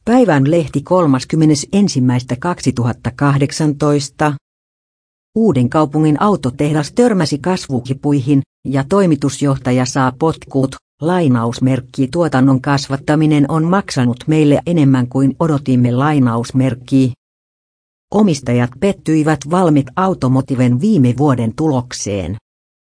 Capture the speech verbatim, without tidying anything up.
Päivän lehti kolmaskymmenesensimmäinen kaksituhattakahdeksantoista. Uudenkaupungin autotehdas törmäsi kasvukipuihin ja toimitusjohtaja saa potkut. Lainausmerkki tuotannon kasvattaminen on maksanut meille enemmän kuin odotimme. Lainausmerkki. Omistajat pettyivät Valmet Automotiven viime vuoden tulokseen.